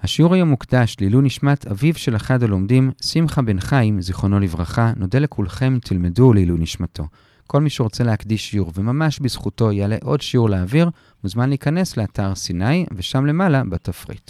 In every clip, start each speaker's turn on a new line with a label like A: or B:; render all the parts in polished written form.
A: השיעור היום מוקדש לעילוי נשמת אביו של אחד הלומדים, שמחה בן חיים, זיכרונו לברכה. נודה לכולכם, תלמדו לעילוי נשמתו. כל מי שרוצה להקדיש שיעור וממש בזכותו יעלה עוד שיעור לאוויר, מוזמן להיכנס לאתר סיני ושם למעלה בתפריט.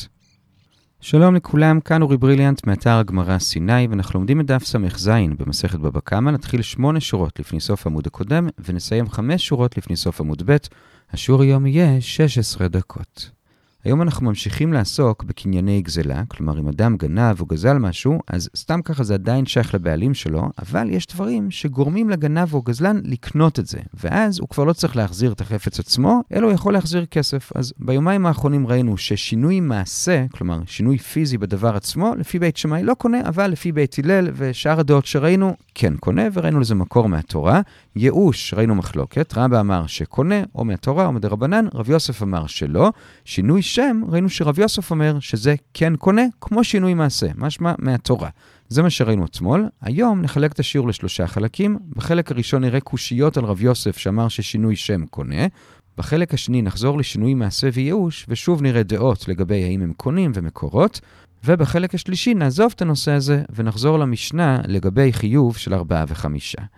A: שלום לכולם, כאן אורי בריליאנט מאתר הגמרא סיני, ואנחנו לומדים את דף ס"ז במסכת בבא קמא. נתחיל 8 שורות לפני סוף עמוד הקודם ונסיים 5 שורות לפני סוף עמוד ב'. השיעור היום יהיה 16 דקות. היום אנחנו ממשיכים לעסוק בקנייני גזלה, כלומר אם אדם גנב או גזל משהו, אז סתם ככה זה עדיין שייך לבעלים שלו, אבל יש דברים שגורמים לגנב או גזלן לקנות את זה, ואז הוא כבר לא צריך להחזיר את החפץ עצמו, אלא הוא יכול להחזיר כסף. אז ביומיים האחרונים ראינו ששינוי מעשה, כלומר שינוי פיזי בדבר עצמו, לפי בית שמאי לא קונה, אבל לפי בית הלל ושאר הדעות שראינו כן קונה, וראינו לזה מקור מהתורה. ייאוש ראינו מחלוקת, רבא אמר שקונה או מהתורה או מדרבנן, רב יוסף אמר שלא. שינוי שם, ראינו שרב יוסף אומר שזה כן קונה, כמו שינוי מעשה, משמע מהתורה. זה מה שראינו אתמול. היום נחלק את השיעור ל3 חלקים. בחלק הראשון נראה קושיות על רב יוסף שאמר ששינוי שם קונה. בחלק השני נחזור לשינוי מעשה וייאוש, ושוב נראה דעות לגבי האם הם קונים ומקורות. ובחלק השלישי נעזוב את הנושא הזה ונחזור למשנה לגבי חיוב של 4 ו5.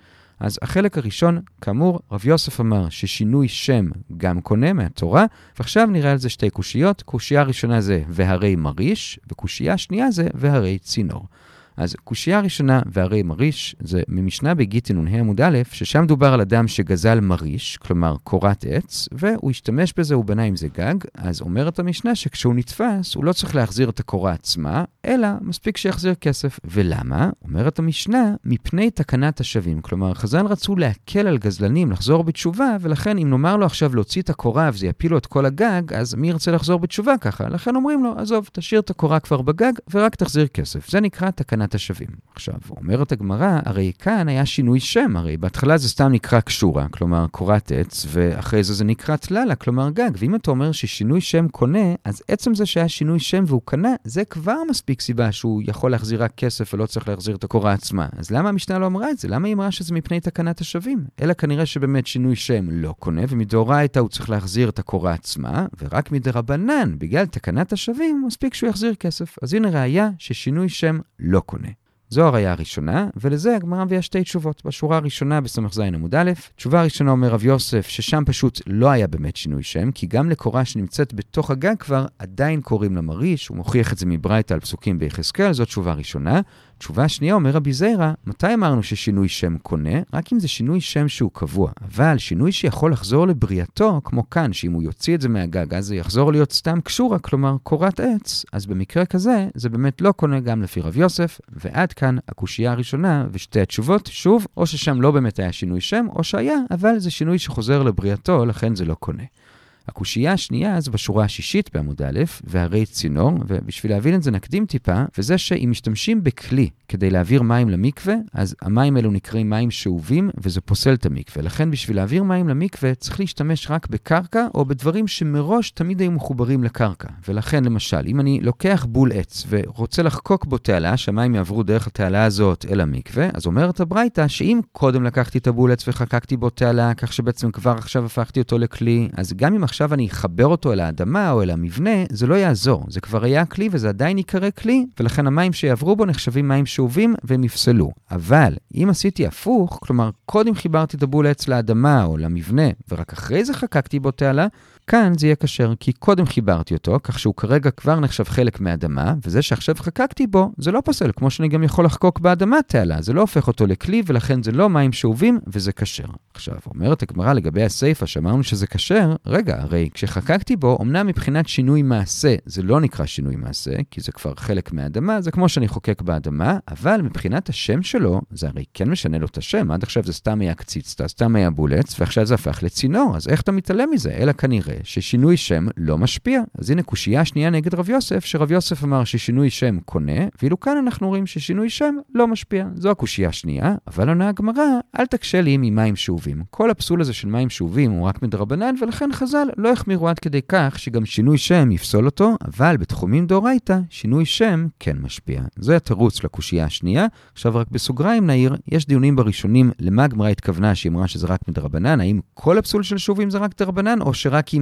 A: אז החלק הראשון, כאמור, רב יוסף אמר ששינוי שם גם קונה מהתורה, ועכשיו נראה על זה 2 קושיות. קושייה ראשונה זה והרי מריש, וקושייה שנייה זה והרי צינור. אז קושייה ראשונה והרי מריש זה ממשנה בגיטין נ"ה עמוד א', ששם דובר על אדם שגזל מריש, כלומר קורת עץ, והוא השתמש בזה, הוא בנה עם זה גג. אז אומרת המשנה שכשהוא נתפס, הוא לא צריך להחזיר את הקורה עצמה, אלא מספיק שיחזיר כסף. ולמה? אומרת המשנה, מפני תקנת השבים. כלומר, חז"ל רצו להקל על גזלנים לחזור בתשובה, ולכן אם נאמר לו עכשיו להוציא את הקורה וזה יפיל לו את כל הגג, אז מי ירצה לחזור בתשובה ככה? לכן אומרים לו, עזוב, תשאיר את הקורה כבר בגג ורק תחזיר כסף. זה נקרא תקנת השבים. עכשיו, אומרת הגמרא, הרי כאן היה שינוי שם, הרי בהתחלה זה סתם נקרא קשורה, כלומר קורת עץ, ואחרי זה נקרא תללה, כלומר גג. ואם אתה אומר ששינוי שם קונה, אז עצם זה שהיה שינוי שם והוא קנה, זה כבר מספיק סיבה שהוא יכול להחזיר רק כסף ולא צריך להחזיר את הקורה עצמה. אז למה המשנה לא אמרה את זה? למה היא אמרה שזה מפני תקנת השבים? אלא כנראה שבאמת שינוי שם לא קונה, ומדאורייתא הוא צריך להחזיר את הקורה עצמה, ורק מדרבנן, בגלל תקנת השבים, מספיק שהוא יחזיר כסף. אז הנה ראיה ששינוי שם לא קונה. זו הראיה הראשונה, ולזה הגמרא מביאה 2 תשובות. בשורה הראשונה בס"ז עמוד א', תשובה הראשונה אומר רב יוסף ששם פשוט לא היה באמת שינוי שם, כי גם לקורה שנמצאת בתוך הגג כבר עדיין קוראים לה מריש, הוא מוכיח את זה מברייתא על פסוקים ביחזקאל, זאת תשובה ראשונה. תשובה שנייה אומר רבי זיירא, מתי אמרנו ששינוי שם קונה? רק אם זה שינוי שם שהוא קבוע, אבל שינוי שיכול לחזור לבריאתו, כמו כאן, שאם הוא יוציא את זה מהגג, אז זה יחזור להיות סתם קשורה, כלומר קורת עץ, אז במקרה כזה, זה באמת לא קונה גם לפי רב יוסף, ועד כאן הקושייה הראשונה ושתי התשובות, שוב, או ששם לא באמת היה שינוי שם, או שהיה, אבל זה שינוי שחוזר לבריאתו, לכן זה לא קונה. הקושייה השנייה אז בשורה השישית בעמוד א', והרי צינור, ובשביל להבין את זה נקדים טיפה, וזה שאם משתמשים בכלי כדי להעביר מים למקווה, אז המים האלו נקראים מים שאובים, וזה פוסל את המקווה. לכן בשביל להעביר מים למקווה צריך להשתמש רק בקרקע, או בדברים שמראש תמיד היו מחוברים לקרקע. ולכן למשל, אם אני לוקח בול עץ ורוצה לחקוק בו תעלה, שהמים יעברו דרך התעלה הזאת אל המקווה, אז אומרת הברייתא שאם קודם לקחתי את הבול עץ וחקקתי בו תעלה, כך שבעצם כבר עכשיו הפכתי אותו לכלי, אז גם אם עכשיו אני אחבר אותו אל האדמה או אל המבנה, זה לא יעזור. זה כבר היה כלי וזה עדיין יקרא כלי, ולכן המים שיעברו בו נחשבים מים שאובים והם יפסלו. אבל אם עשיתי הפוך, כלומר קודם חיברתי את הבול עץ לאדמה או למבנה, ורק אחרי זה חקקתי בו תעלה, כאן זה יהיה כשר, כי קודם חיברתי אותו, כך שהוא כרגע כבר נחשב חלק מהאדמה, וזה שעכשיו חקקתי בו, זה לא פסל, כמו שאני גם יכול לחקוק באדמה תעלה, זה לא הופך אותו לכלי, ולכן זה לא מים שאובים, וזה כשר. עכשיו, אומרת הגמרא לגבי הסייפה, שאמרנו שזה כשר, רגע, הרי כשחקקתי בו, אמנם מבחינת שינוי מעשה, זה לא נקרא שינוי מעשה, כי זה כבר חלק מהאדמה, זה כמו שאני חוקק באדמה, אבל מבחינת השם שלו, זה הרי כן משנה לו את השם, עד עכשיו זה סתם היה קציצתא, סתם היה בולץ, ועכשיו זה הפך לצינור, אז איך אתה מתעלם מזה? אלא כנראה ששינוי שם לא משפיע. אז הנה קושייה שנייה נגד רב יוסף, שרב יוסף אמר ששינוי שם קונה, ואילו כאן אנחנו רואים ששינוי שם לא משפיע. זו הקושייה השנייה, אבל עונה הגמרא, אל תקשה לי ממים שאובים. כל הפסול הזה של מים שאובים הוא רק מדרבנן, ולכן חז"ל לא החמירו עד כדי כך שגם שינוי שם יפסול אותו, אבל בתחומים דאורייתא, שינוי שם כן משפיע. זה התירוץ לקושייה השנייה. עכשיו רק בסוגריים נעיר, יש דיונים בראשונים למה הגמרא התכוונה שהיא אמרה שזה רק מדרבנן, האם כל הפסול של שאובים זה רק דרבנן, או שרק אם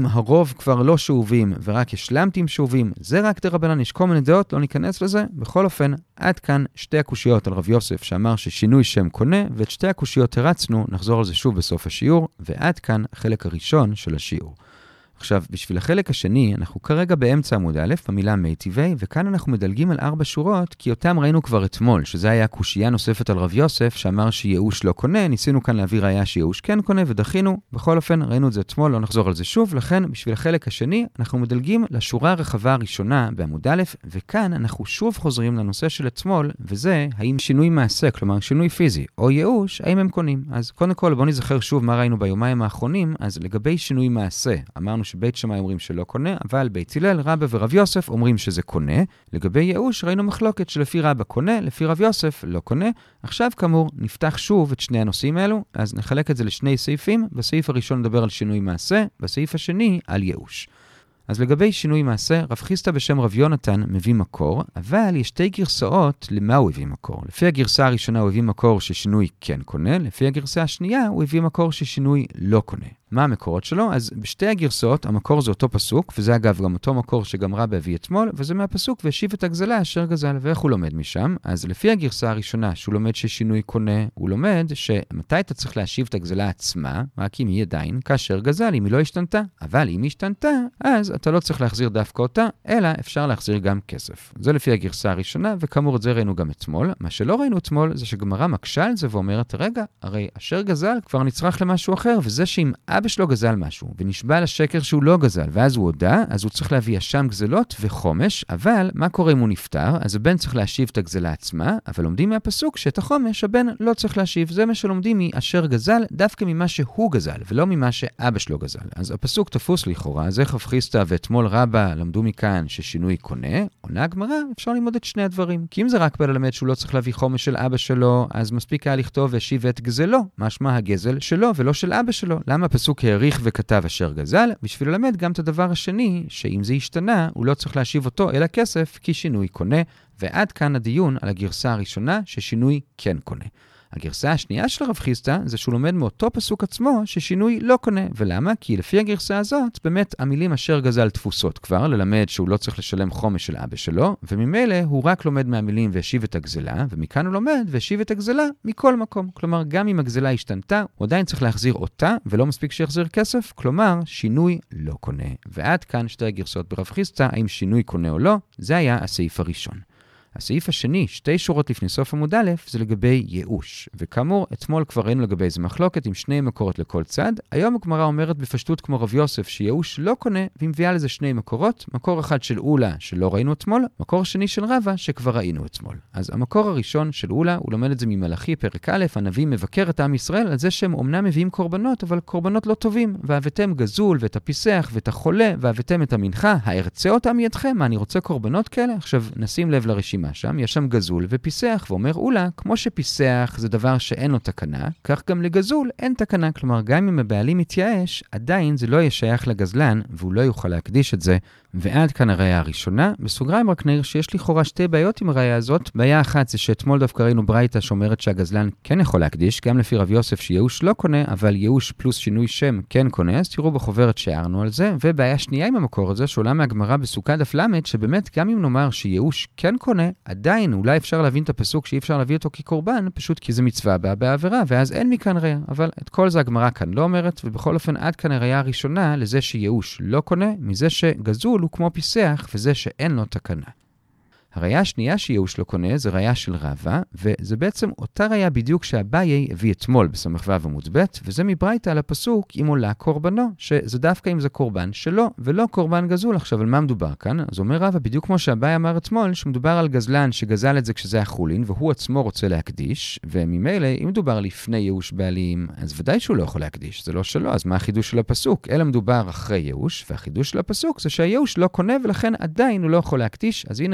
A: אם הרוב כבר לא שאובים ורק השלמתי עם שאובים, זה רק דרבנן, יש כל מיני דעות, לא ניכנס לזה. בכל אופן, עד כאן שתי הקושיות על רב יוסף שאמר ששינוי שם קונה, ואת שתי הקושיות הרצנו, נחזור על זה שוב בסוף השיעור, ועד כאן החלק הראשון של השיעור. עכשיו, בשביל החלק השני, אנחנו כרגע באמצע עמוד א', במילה מייטיבי, וכאן אנחנו מדלגים על 4 שורות, כי אותם ראינו כבר אתמול, שזה היה קושייה נוספת על רב יוסף, שאמר שייאוש לא קונה, ניסינו כאן להביא ראיה שייאוש כן קונה, ודחינו. בכל אופן, ראינו את זה אתמול, לא נחזור על זה שוב, לכן, בשביל החלק השני, אנחנו מדלגים לשורה הרחבה הראשונה בעמוד א', וכאן אנחנו שוב חוזרים לנושא של אתמול, וזה, האם שינוי מעשה, כלומר שינוי פיזי, או ייאוש, האם הם קונים. אז קודם כל, בוא נזכר שוב מה ראינו ביומיים האחרונים. אז לגבי שינוי מעשה, אמרנו שבית שמאי אומרים שלא קונה, אבל בית הלל, רבא ורב יוסף אומרים שזה קונה. לגבי ייאוש ראינו מחלוקת שלפי רבא קונה, לפי רב יוסף לא קונה. עכשיו כאמור נפתח שוב את שני הנושאים האלו, אז נחלק את זה לשני סעיפים. בסעיף הראשון נדבר על שינוי מעשה, בסעיף השני על ייאוש. אז לגבי שינוי מעשה, רב חיסטה בשם רב יונתן מביא מקור, אבל יש שתי גרסאות למה הוא הביא מקור. לפי הגרסה הראשונה הוא הביא מקור ששינוי כן קונה, לפי הגרסה השנייה הוא הביא מקור ששינוי לא קונה. מה המקורות שלו? אז בשתי הגרסאות המקור זה אותו פסוק, וזה אגב גם אותו מקור שגם רבא הביא אתמול, וזה מהפסוק והשיב את הגזלה אשר גזל. ואיך הוא לומד משם? אז לפי הגרסה הראשונה שהוא לומד ששינוי קונה, הוא לומד שמתי אתה צריך להשיב את הגזלה עצמה, רק אם היא עדיין כאשר גזל, אם היא לא השתנתה. אבל אם היא השתנתה, אז אתה לא צריך להחזיר דווקא אותה, אלא אפשר להחזיר גם כסף. זה לפי הגרסה הראשונה, וכאמור את זה ראינו גם אתמול. מה שלא ראינו אתמול זה שגמרא מקשה על זה ואומרת, רגע, הרי אשר גזל כבר נצרך למשהו אחר, וזה שאם אבא שלו גזל משהו ונשבע לשקר שהוא לא גזל, ואז הוא הודע, אז הוא צריך להביא אשם גזלות וחומש. אבל מה קורה אם הוא נפטר? אז הבן צריך להשיב את הגזלה עצמה, אבל לומדים מהפסוק שאת החומש הבן לא צריך להשיב. זה מה שלומדים מאשר גזל, דווקא ממה שהוא גזל ולא ממה שאבא שלו גזל. אז הפסוק תפוס לכאורה, זה רב חיסטה ואתמול רבא למדו מכאן ששינוי קונה. עונה הגמרא, אפשר ללמוד את שני הדברים. כי אם זה רק בלמד שהוא לא צריך להביא חומש של אבא שלו, אז מספיק היה לכתוב והשיב את גזלו, משמע הגזל שלו ולא של אבא שלו. למה הפסוק העריך וכתב אשר גזל? בשביל ללמד גם את הדבר השני, שאם זה השתנה, הוא לא צריך להשיב אותו אלא כסף, כי שינוי קונה. ועד כאן הדיון על הגרסה הראשונה ששינוי כן קונה. הגרסה השנייה של רב חיסטה זה שהוא לומד מאותו פסוק עצמו ששינוי לא קונה. ולמה? כי לפי הגרסה הזאת באמת המילים אשר גזל תפוסות כבר, ללמד שהוא לא צריך לשלם חומש של אבא שלו, וממילא הוא רק לומד מהמילים והשיב את הגזלה, ומכאן הוא לומד והשיב את הגזלה מכל מקום. כלומר, גם אם הגזלה השתנתה, הוא עדיין צריך להחזיר אותה, ולא מספיק שיחזיר כסף, כלומר, שינוי לא קונה. ועד כאן שתי הגרסאות ברב חיסטה, האם שינוי קונה או לא, זה היה הסעיף הראשון. הסעיף השני, 2 שורות לפני סוף עמוד א', זה לגבי ייאוש. וכאמור, אתמול כבר ראינו לגבי איזה מחלוקת עם 2 מקורות לכל צד. היום הגמרא אומרת בפשטות כמו רב יוסף שייאוש לא קונה, והיא מביאה לזה 2 מקורות. מקור אחד של אולה שלא ראינו אתמול, מקור שני של רבא שכבר ראינו אתמול. אז המקור הראשון של אולה, הוא לומד את זה ממלאכי פרק א', הנביא מבקר את עם ישראל על זה שהם אומנם מביאים קורבנות, אבל קורבנות לא טובים. והבאתם גזול ואת הפיסח ואת החולה, והבאתם את המנחה, הארצה אותם מידכם. מה, אני רוצה קורבנות כאלה? עכשיו נשים לב לרשימה. שם יש שם גזול ופיסח, ואומר אולה, כמו שפיסח זה דבר שאין לו תקנה, כך גם לגזול אין תקנה. כלומר, גם אם הבעלים מתייאש, עדיין זה לא יהיה שייך לגזלן, והוא לא יוכל להקדיש את זה. ועד כאן הראיה הראשונה. בסוגריים רק נעיר שיש לכאורה 2 בעיות עם הראיה הזאת. בעיה אחת זה שאתמול דווקא ראינו ברייתא שאומרת שהגזלן כן יכול להקדיש, גם לפי רב יוסף שייאוש לא קונה, אבל ייאוש פלוס שינוי שם כן קונה, אז תראו בחוברת שהערנו על זה. ובעיה שנייה עם המקור הזה, שעולה מהגמרא בסוכה דף למד, שבאמת גם אם נאמר שייאוש כן קונה, עדיין אולי אפשר להבין את הפסוק שאי אפשר להביא אותו כקורבן, פשוט כי זה מצווה באה בעבירה, ואז אין מכאן ראיה. אבל את כל זה הגמרא כאן לא אומרת, ובכל אופן עד כאן הראיה הראשונה לזה שייאוש לא קונה, מזה שגזול הוא כמו פיסח, וזה שאין לו תקנה. הראיה השנייה שייאוש לא קונה זה ראיה של רבא, וזה בעצם אותה ראיה בדיוק שאביי הביא אתמול בסמ"ו עמוד ב', וזה מברייתא על הפסוק אם עולה קורבנו, שזה דווקא אם זה קורבן שלו ולא קורבן גזול. עכשיו על מה מדובר כאן? אז אומר רבא בדיוק כמו שאביי אמר אתמול, שמדובר על גזלן שגזל את זה כשזה החולין, והוא עצמו רוצה להקדיש, וממילא אם מדובר לפני ייאוש בעלים, אז ודאי שהוא לא יכול להקדיש, זה לא שלו. אז מה החידוש של הפסוק? אלא מדובר אחרי ייאוש, והחידוש של הפסוק זה שהייאוש לא קונה ולכן עדיין הוא לא יכול להקדיש. אז הנה ראיה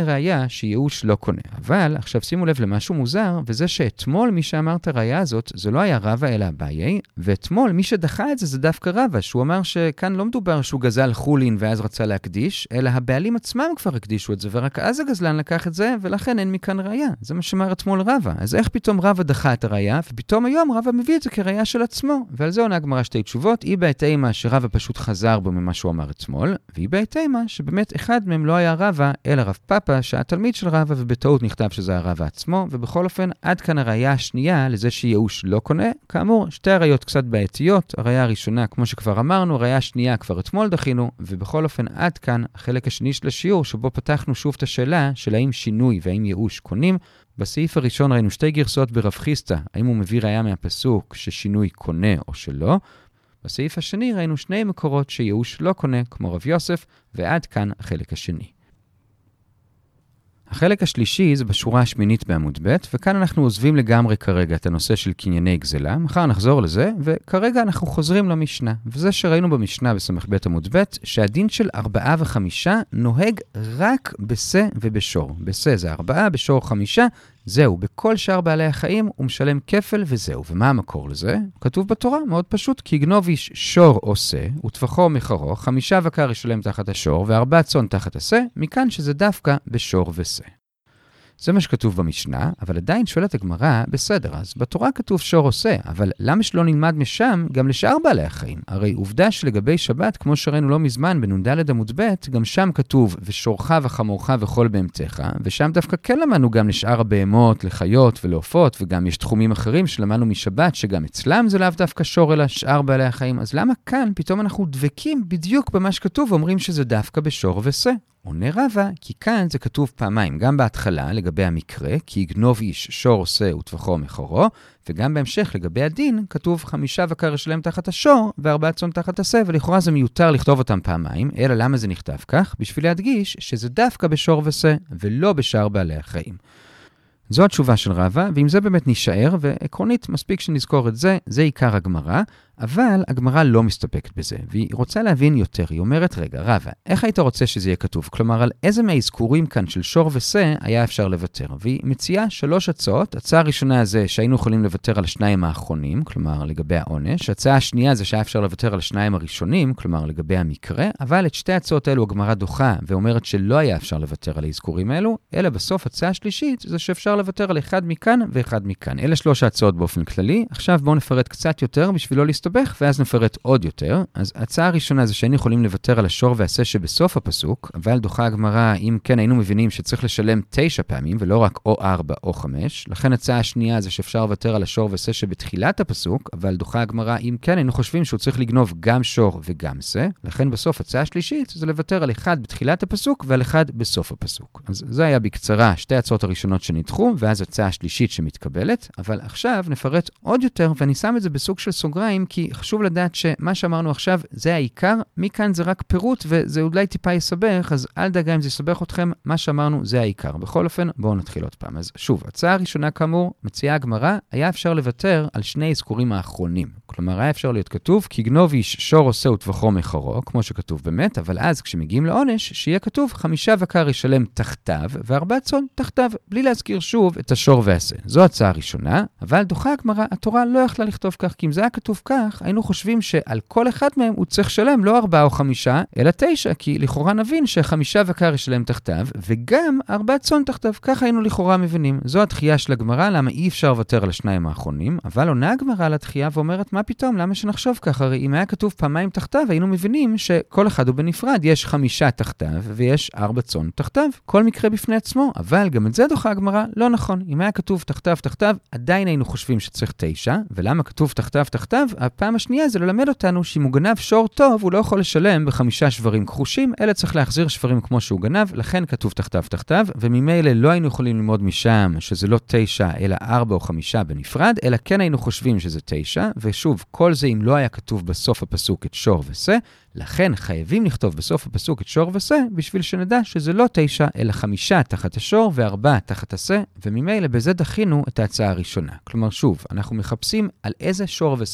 A: שייאוש לא קונה. אבל עכשיו שימו לב למשהו מוזר, וזה שאתמול מי שאמר את הראייה הזאת, זה לא היה רבא אלא אביי, ואתמול מי שדחה את זה דווקא רבא, שהוא אמר שכאן לא מדובר שהוא גזל חולין ואז רצה להקדיש, אלא הבעלים עצמם כבר הקדישו את זה, ורק אז הגזלן לקח את זה, ולכן אין מכאן ראייה. זה מה שאמר אתמול רבא. אז איך פתאום רבא דחה את הראייה, ופתאום היום רבא מביא את זה כראייה של עצמו? ועל זה עונה הגמרא שתי תשובות. היא בהתאמה שרבא פשוט חזר בו ממה שהוא אמר אתמול, והיא בהתאמה שבאמת אחד מהם לא היה רבא, אלא רב פאפא, שהתלמיד של רבא, ובטעות נכתב שזה הרבא עצמו, ובכל אופן עד כאן הראייה השנייה לזה שייאוש לא קונה. כאמור, שתי הראיות קצת בעייתיות. הראייה הראשונה, כמו שכבר אמרנו, הראייה השנייה כבר אתמול דחינו, ובכל אופן עד כאן החלק השני של השיעור, שבו פתחנו שוב את השאלה של האם שינוי והאם ייאוש קונים. בסעיף הראשון ראינו שתי גרסאות ברב חיסטה, האם הוא מביא ראייה מהפסוק ששינוי קונה או שלא. בסעיף השני ראינו שני מקורות שייאוש לא קונה, כמו רב יוסף, ועד כאן החלק השני. החלק השלישי זה בשורה השמינית בעמוד ב', וכאן אנחנו עוזבים לגמרי כרגע את הנושא של קנייני גזלה, מחר נחזור לזה, וכרגע אנחנו חוזרים למשנה. וזה שראינו במשנה בסמך ב' עמוד ב', שהדין של 4 ו5 נוהג רק בשה ובשור. בשה זה 4, בשור 5, זהו, בכל שאר בעלי החיים הוא משלם כפל וזהו. ומה המקור לזה? כתוב בתורה, מאוד פשוט, כי יגנוב איש שור או שה, וטפחו מחרו, 5 בקר ישלם תחת השור, ו4 צאן תחת השה, מכאן שזה דווקא בשור ושה. זה מה שכתוב במשנה, אבל עדיין שואלת הגמרא, בסדר, אז בתורה כתוב שור עושה, אבל למה שלא נלמד משם גם לשאר בעלי החיים? הרי עובדה שלגבי שבת, כמו שראינו לא מזמן בנ"ד עמוד ב', גם שם כתוב ושורך וחמורך וכל בהמתך, ושם דווקא כן למדנו גם לשאר הבהמות, לחיות ולעופות, וגם יש תחומים אחרים שלמדנו משבת, שגם אצלם זה לאו דווקא שור אלא שאר בעלי החיים, אז למה כאן פתאום אנחנו דבקים בדיוק במה שכתוב ואומרים שזה דווקא בשור ושה? עונה רבא, כי כאן זה כתוב פעמיים, גם בהתחלה לגבי המקרה, כי יגנוב איש שור עושה וטפחו מחרו, וגם בהמשך לגבי הדין, כתוב 5 בקר ישלם תחת השור, ו4 צאן תחת השה, ולכאורה זה מיותר לכתוב אותם פעמיים, אלא למה זה נכתב כך? בשביל להדגיש שזה דווקא בשור ושה, ולא בשאר בעלי החיים. זו התשובה של רבא, ועם זה באמת נשאר, ועקרונית מספיק שנזכור את זה, זה עיקר הגמרא, אבל הגמרא לא מסתפקת בזה, והיא רוצה להבין יותר. היא אומרת, רגע, רבא, איך היית רוצה שזה יהיה כתוב? כלומר, על איזה מהאזכורים כאן של שור ושה היה אפשר לוותר? והיא מציעה 3 הצעות. הצעה הראשונה זה שהיינו יכולים לוותר על 2 האחרונים, כלומר לגבי העונש. הצעה השנייה זה שהיה אפשר לוותר על 2 הראשונים, כלומר לגבי המקרה, אבל את 2 הצעות האלו הגמרא דוחה ואומרת שלא היה אפשר לוותר על האזכורים האלו, אלא בסוף הצעה השלישית זה שאפשר לוותר על 1 מכאן ו1 מכאן. אלה 3 הצעות באופן כללי. עכשיו בואו נפרט קצת יותר בשביל לא להסתבך, ואז נפרט עוד יותר. אז ההצעה הראשונה זה שהיינו יכולים לוותר על השור והשה שבסוף הפסוק, אבל דוחה הגמרא, אם כן היינו מבינים שצריך לשלם 9 פעמים, ולא רק או 4 או 5. לכן הצעה השנייה זה שאפשר לוותר על השור והשה שבתחילת הפסוק, אבל דוחה הגמרא, אם כן היינו חושבים שהוא צריך לגנוב גם שור וגם שה. לכן בסוף הצעה השלישית זה לוותר על 1 בתחילת הפסוק ועל 1 בסוף הפסוק. אז זה היה בקצרה 2 הצעות הראשונות שנדחו, ואז הצעה השלישית שמתקבלת. אבל עכשיו נפרט עוד יותר, ואני שם את זה בסוג של סוגריים, כי חשוב לדעת שמה שאמרנו עכשיו זה העיקר, מכאן זה רק פירוט וזה אולי טיפה יסבך, אז אל דאגה אם זה יסבך אתכם, מה שאמרנו זה העיקר. בכל אופן, בואו נתחיל עוד פעם. אז שוב, הצעה הראשונה כאמור, מציעה הגמרא, היה אפשר לוותר על 2 אזכורים האחרונים. כלומר, היה אפשר להיות כתוב, כי יגנוב איש שור עושה וטפחו מחרו, כמו שכתוב באמת, אבל אז כשמגיעים לעונש, שיהיה כתוב 5 בקר ישלם תחתיו, ו4 צאן תחתיו, בלי להזכיר שוב את השור והשה. זו הצעה הראשונה, אבל דוחה הגמרא, התורה לא יכלה לכתוב כך, כי אם זה היה כתוב כך, היינו חושבים שעל כל אחד מהם הוא צריך לשלם לא 4 או 5, אלא 9, כי לכאורה נבין ש5 בקר ישלם תחתיו, וגם 4 צאן תחתיו, כך היינו לכאורה מבינים. זו התחייה של הגמרא, למה אי אפשר לוותר על 2 האחרונים, אבל עונה הגמרא על התחייה ואומרת, מה פתאום, למה שנחשוב כך? הרי אם היה כתוב פעמיים תחתיו, היינו מבינים שכל אחד הוא בנפרד, יש 5 תחתיו ויש 4 צאן תחתיו, כל מקרה בפני עצמו, אבל גם את זה דוחה הגמרא, לא נכון. אם היה כתוב תחתיו, עדיין היינו חושבים שצריך 9, ולמה כתוב תחתיו? הפעם השנייה זה ללמד אותנו שאם הוא גנב שור טוב, הוא לא יכול לשלם ב5 שברים כחושים, אלא צריך להחזיר שברים כמו שהוא גנב, לכן כתוב תחתיו, וממילא לא היינו יכולים ללמוד משם שזה לא 9, אלא 4 או 5 בנפרד, אלא כן היינו חושבים שזה 9, ושוב, כל זה אם לא היה כתוב בסוף הפסוק את שור ושה, לכן חייבים לכתוב בסוף הפסוק את שור ושה, בשביל שנדע שזה לא 9, אלא 5 תחת השור ו4 תחת השה, וממילא בזה דחינו את ההצעה הראשונה. כלומר, שוב, אנחנו מחפשים על איזה שור ושה אפשר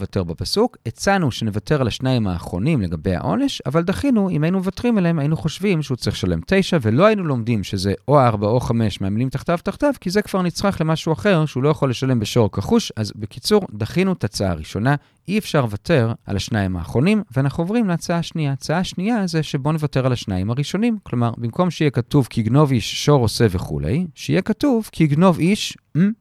A: לוותר בפסוק, הצענו שנוותר על השניים האחרונים לגבי העונש, אבל דחינו, אם היינו מוותרים עליהם, היינו חושבים שהוא צריך לשלם 9, ולא היינו לומדים שזה או 4 או 5 מהמילים תחתיו, כי זה כבר נצרך למשהו אחר, שהוא לא יכול לשלם בשור כחוש, אז בקיצור, דחינו את ההצעה הראשונה, אי אפשר לוותר על השניים האחרונים, ואנחנו עוברים להצעה השנייה. ההצעה השנייה זה שבוא נוותר על השניים הראשונים, כלומר, במקום שיהיה כתוב כי גנוב איש שור עושה וכולי, שיהיה כתוב כי גנוב איש,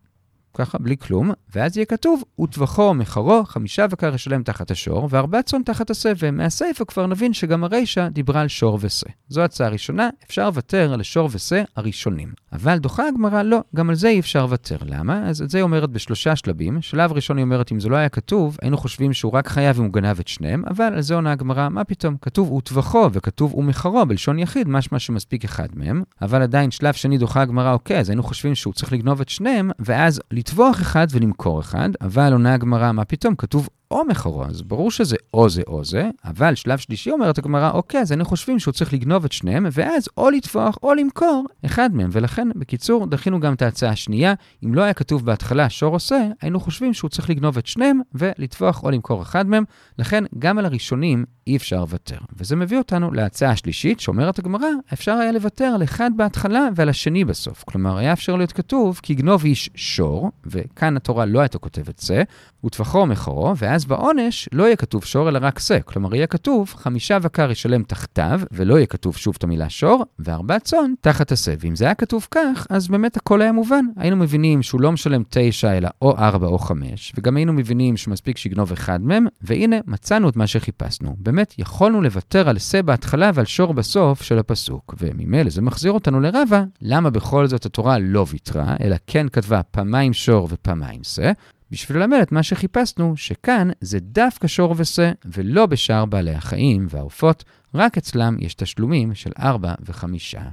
A: ככה, בלי כלום, ואז יהיה כתוב, וטבחו או מחרו, 5 בקר ישלם תחת השור, ו4 צאן תחת השה, ומהסייפה כבר נבין שגם הרישה דיברה על שור ושה. זו הצעה הראשונה, אפשר לוותר על השור ושה הראשונים. אבל דוחה הגמרא, לא, גם על זה אי אפשר לוותר. למה? אז את זה היא אומרת בשלושה שלבים. שלב ראשון היא אומרת, אם זה לא היה כתוב, היינו חושבים שהוא רק חייב אם הוא גנב את שניהם, אבל על זה עונה הגמרא, מה פתאום? כתוב וטבחו וכתוב ומחרו בלשון יחיד, משמע שמספיק אחד מהם, אבל עדיין שלב שני דוחה הגמרא, אוקיי, אז היינו חושבים שהוא צריך לגנוב את שניהם, ואז לטבוח אחד ולמכור אחד, אבל עונה הגמרא, מה פתאום? כתוב או מחרו, אז ברור שזה או זה או זה, אבל שלב שלישי אומרת הגמרא, אוקיי, אז היינו חושבים שהוא צריך לגנוב את שניהם, ואז או לטבוח או למכור אחד מהם, ולכן בקיצור דחינו גם את ההצעה השנייה, אם לא היה כתוב בהתחלה שור עושה, היינו חושבים שהוא צריך לגנוב את שניהם, ולטבוח או למכור אחד מהם, לכן גם על הראשונים אי אפשר לוותר. וזה מביא אותנו להצעה השלישית, שאומרת הגמרא, אפשר היה לוותר על אחד בהתחלה ועל השני בסוף. כלומר, היה אפשר להיות כתוב, כי גנוב איש שור, וכאן התורה לא הייתה כותבת זה, וטבחו או מחרו, ואז בעונש לא יהיה כתוב שור אלא רק זה. כלומר, יהיה כתוב 5 בקר ישלם תחתיו, ולא יהיה כתוב שוב את המילה שור, ו4 צאן תחת השה. ואם זה היה כתוב כך, אז באמת הכל היה מובן. היינו מבינים שהוא לא משלם 9 אלא או 4 או 5, וגם היינו מבינים שמספיק שיגנוב אחד מהם, והנה מצאנו את מה שחיפשנו. באמת יכולנו לוותר על שה בהתחלה ועל שור בסוף של הפסוק. וממילא זה מחזיר אותנו לרבא, למה בכל זאת התורה לא ויתרה, אלא כן כתבה פעמיים שור ופעמיים שה, בשביל ללמד את מה שחיפשנו, שכאן זה דווקא שור ושה, ולא בשאר בעלי החיים והעופות, רק אצלם יש תשלומים של 4 ו5.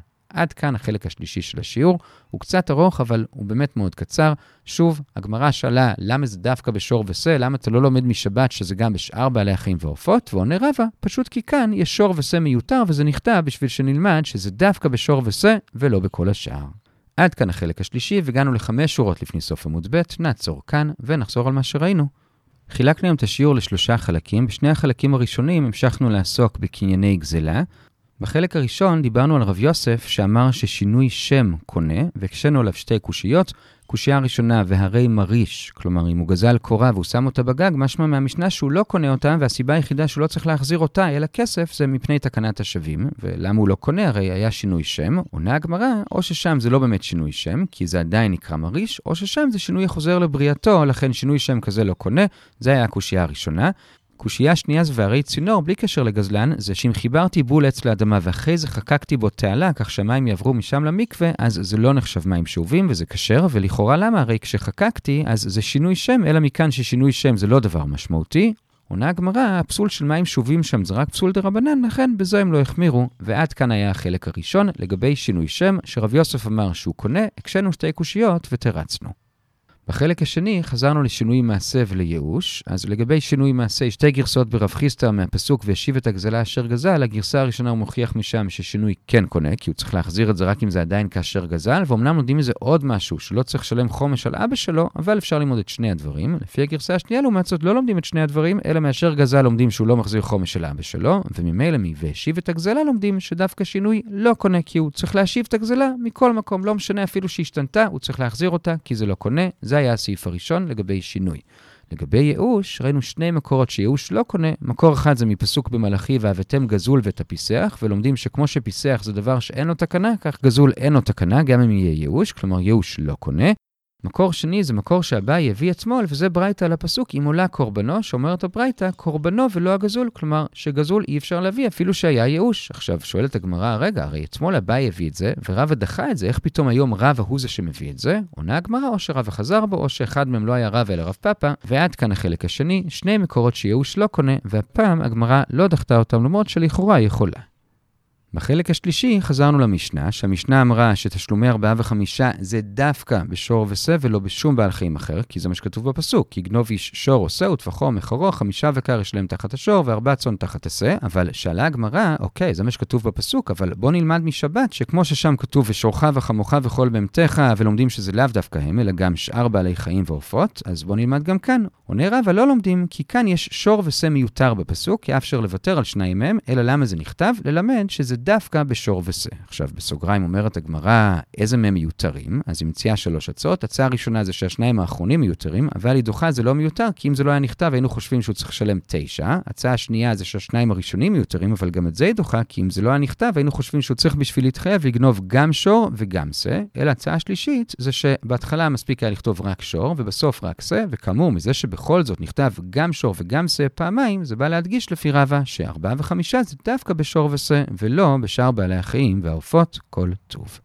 A: עד כאן החלק השלישי של השיעור, הוא קצת ארוך, אבל הוא באמת מאוד קצר. שוב, הגמרא שאלה למה זה דווקא בשור ושה, למה אתה לא לומד משבת שזה גם בשאר בעלי החיים והעופות, ועונה רבא, פשוט כי כאן יש שור ושה מיותר, וזה נכתב בשביל שנלמד שזה דווקא בשור ושה, ולא בכל השאר. עד כאן החלק השלישי, והגענו ל5 שורות לפני סוף עמוד ב', נעצור כאן ונחזור על מה שראינו. חילקנו היום את השיעור ל3 חלקים, בשני החלקים הראשונים המשכנו לעסוק בקנייני גזלה. בחלק הראשון דיברנו על רב יוסף שאמר ששינוי שם קונה, והקשינו עליו 2 קושיות. קושייה הראשונה, והרי מריש, כלומר אם הוא גזל קורה והוא שם אותה בגג, משמע מהמשנה שהוא לא קונה אותה, והסיבה היחידה שהוא לא צריך להחזיר אותה אלא כסף זה מפני תקנת השבים. ולמה הוא לא קונה? הרי היה שינוי שם. עונה הגמרא, או ששם זה לא באמת שינוי שם, כי זה עדיין נקרא מריש, או ששם זה שינוי חוזר לבריאתו, לכן שינוי שם כזה לא קונה. זה היה הקושייה הראשונה. קושייה שנייה זה והרי צינור, בלי קשר לגזלן, זה שאם חיברתי בול עץ לאדמה ואחרי זה חקקתי בו תעלה, כך שהמים יעברו משם למקווה, אז זה לא נחשב מים שאובים וזה קשר, ולכאורה למה? הרי כשחקקתי, אז זה שינוי שם, אלא מכאן ששינוי שם זה לא דבר משמעותי. עונה הגמרא, הפסול של מים שאובים שם זה רק פסול דרבנן, לכן בזו הם לא החמירו, ועד כאן היה החלק הראשון לגבי שינוי שם, שרב יוסף אמר שהוא קונה, הקשינו 2 קושיות ותרצנו. בחלק השני חזרנו לשינוי מעשה ולייאוש, אז לגבי שינוי מעשה יש 2 גרסאות ברב חיסטה מהפסוק וישיב את הגזלה אשר גזל. הגרסה הראשונה הוא מוכיח משם ששינוי כן קונה, כי הוא צריך להחזיר את זה רק אם זה עדיין כאשר גזל, ואומנם לומדים מזה עוד משהו שלא צריך לשלם חומש על אבא שלו, אבל אפשר ללמוד את 2 הדברים. לפי הגרסה השנייה לעומת זאת לא לומדים את 2 הדברים, אלא מאשר גזל לומדים שהוא לא מחזיר חומש על אבא שלו, וממילא וישיב את הגזלה לומדים שדווקא שינוי לא קונה, כי הוא צריך להשיב את הגזלה מכל מקום, לא משנה אפילו שהשתנתה, הוא צריך להחזיר אותה כי זה לא קונה. זה היה הסעיף הראשון לגבי שינוי. לגבי ייאוש, ראינו 2 מקורות שייאוש לא קונה. מקור אחד זה מפסוק במלאכי, והבאתם גזול ותפיסח, ולומדים שכמו שפיסח זה דבר שאין לו תקנה, כך גזול אין לו תקנה, גם אם יהיה ייאוש, כלומר ייאוש לא קונה. מקור שני זה מקור שהבאי הביא עצמו, וזה ברייתא על הפסוק, אם עולה קורבנו, שאומרת הברייתא, קורבנו ולא הגזול, כלומר שגזול אי אפשר להביא אפילו שהיה ייאוש. עכשיו שואלת הגמרא, רגע, הרי עצמו הבאי הביא את זה, ורבא דחה את זה, איך פתאום היום רבא הוא זה שמביא את זה? עונה הגמרא, או שרבא חזר בו, או שאחד מהם לא היה רבא אלא רב פאפא, ועד כאן החלק השני, 2 מקורות שייאוש לא קונה, והפעם הגמרא לא דחתה אותם למרות שלכאורה יכולה. בחלק השלישי חזרנו למשנה, שהמשנה אמרה שתשלומי 4 ו-5 זה דווקא בשור ושה ולא בשום בעל חיים אחר, כי זה מה שכתוב בפסוק, כי גנוב איש שור עושה וטפחו מחרו, 5 וקר יש להם תחת השור ו4 צאן תחת השה, אבל שאלה הגמרא, אוקיי, זה מה שכתוב בפסוק, אבל בוא נלמד משבת, שכמו ששם כתוב ושורך וחמוך וכל בהמתך, ולומדים שזה לאו דווקא הם, אלא גם שאר בעלי חיים ועופות, אז בוא נלמד גם כאן. עונה רבא, לא לומדים, כי כאן יש שור ושה מיותר בפסוק, כי אפשר לוותר על שניים מהם, אלא למה זה נכתב? ללמד שזה דווקא בשור ושה. עכשיו, בסוגריים אומרת הגמרא, איזה מהם מיותרים? אז היא מציעה 3 הצעות. הצעה הראשונה זה שהשניים האחרונים מיותרים, אבל היא דוחה זה לא מיותר, כי אם זה לא היה נכתב, היינו חושבים שהוא צריך לשלם 9. הצעה השנייה זה שהשניים הראשונים מיותרים, אבל גם את זה היא דוחה, כי אם זה לא היה נכתב, היינו חושבים שהוא צריך בשביל להתחייב לגנוב גם שור וגם שה. אלא הצעה השלישית זה שבהתחלה מספיק היה לכתוב רק שור, ובסוף רק שה, וכאמור, מזה שבכל זאת נכתב גם שור וגם שה פעמיים, זה בא להדגיש לפי רבא ש4 ו5 זה דווקא בשור ושה, ולא בשאר בעלי החיים והעופות כל טוב.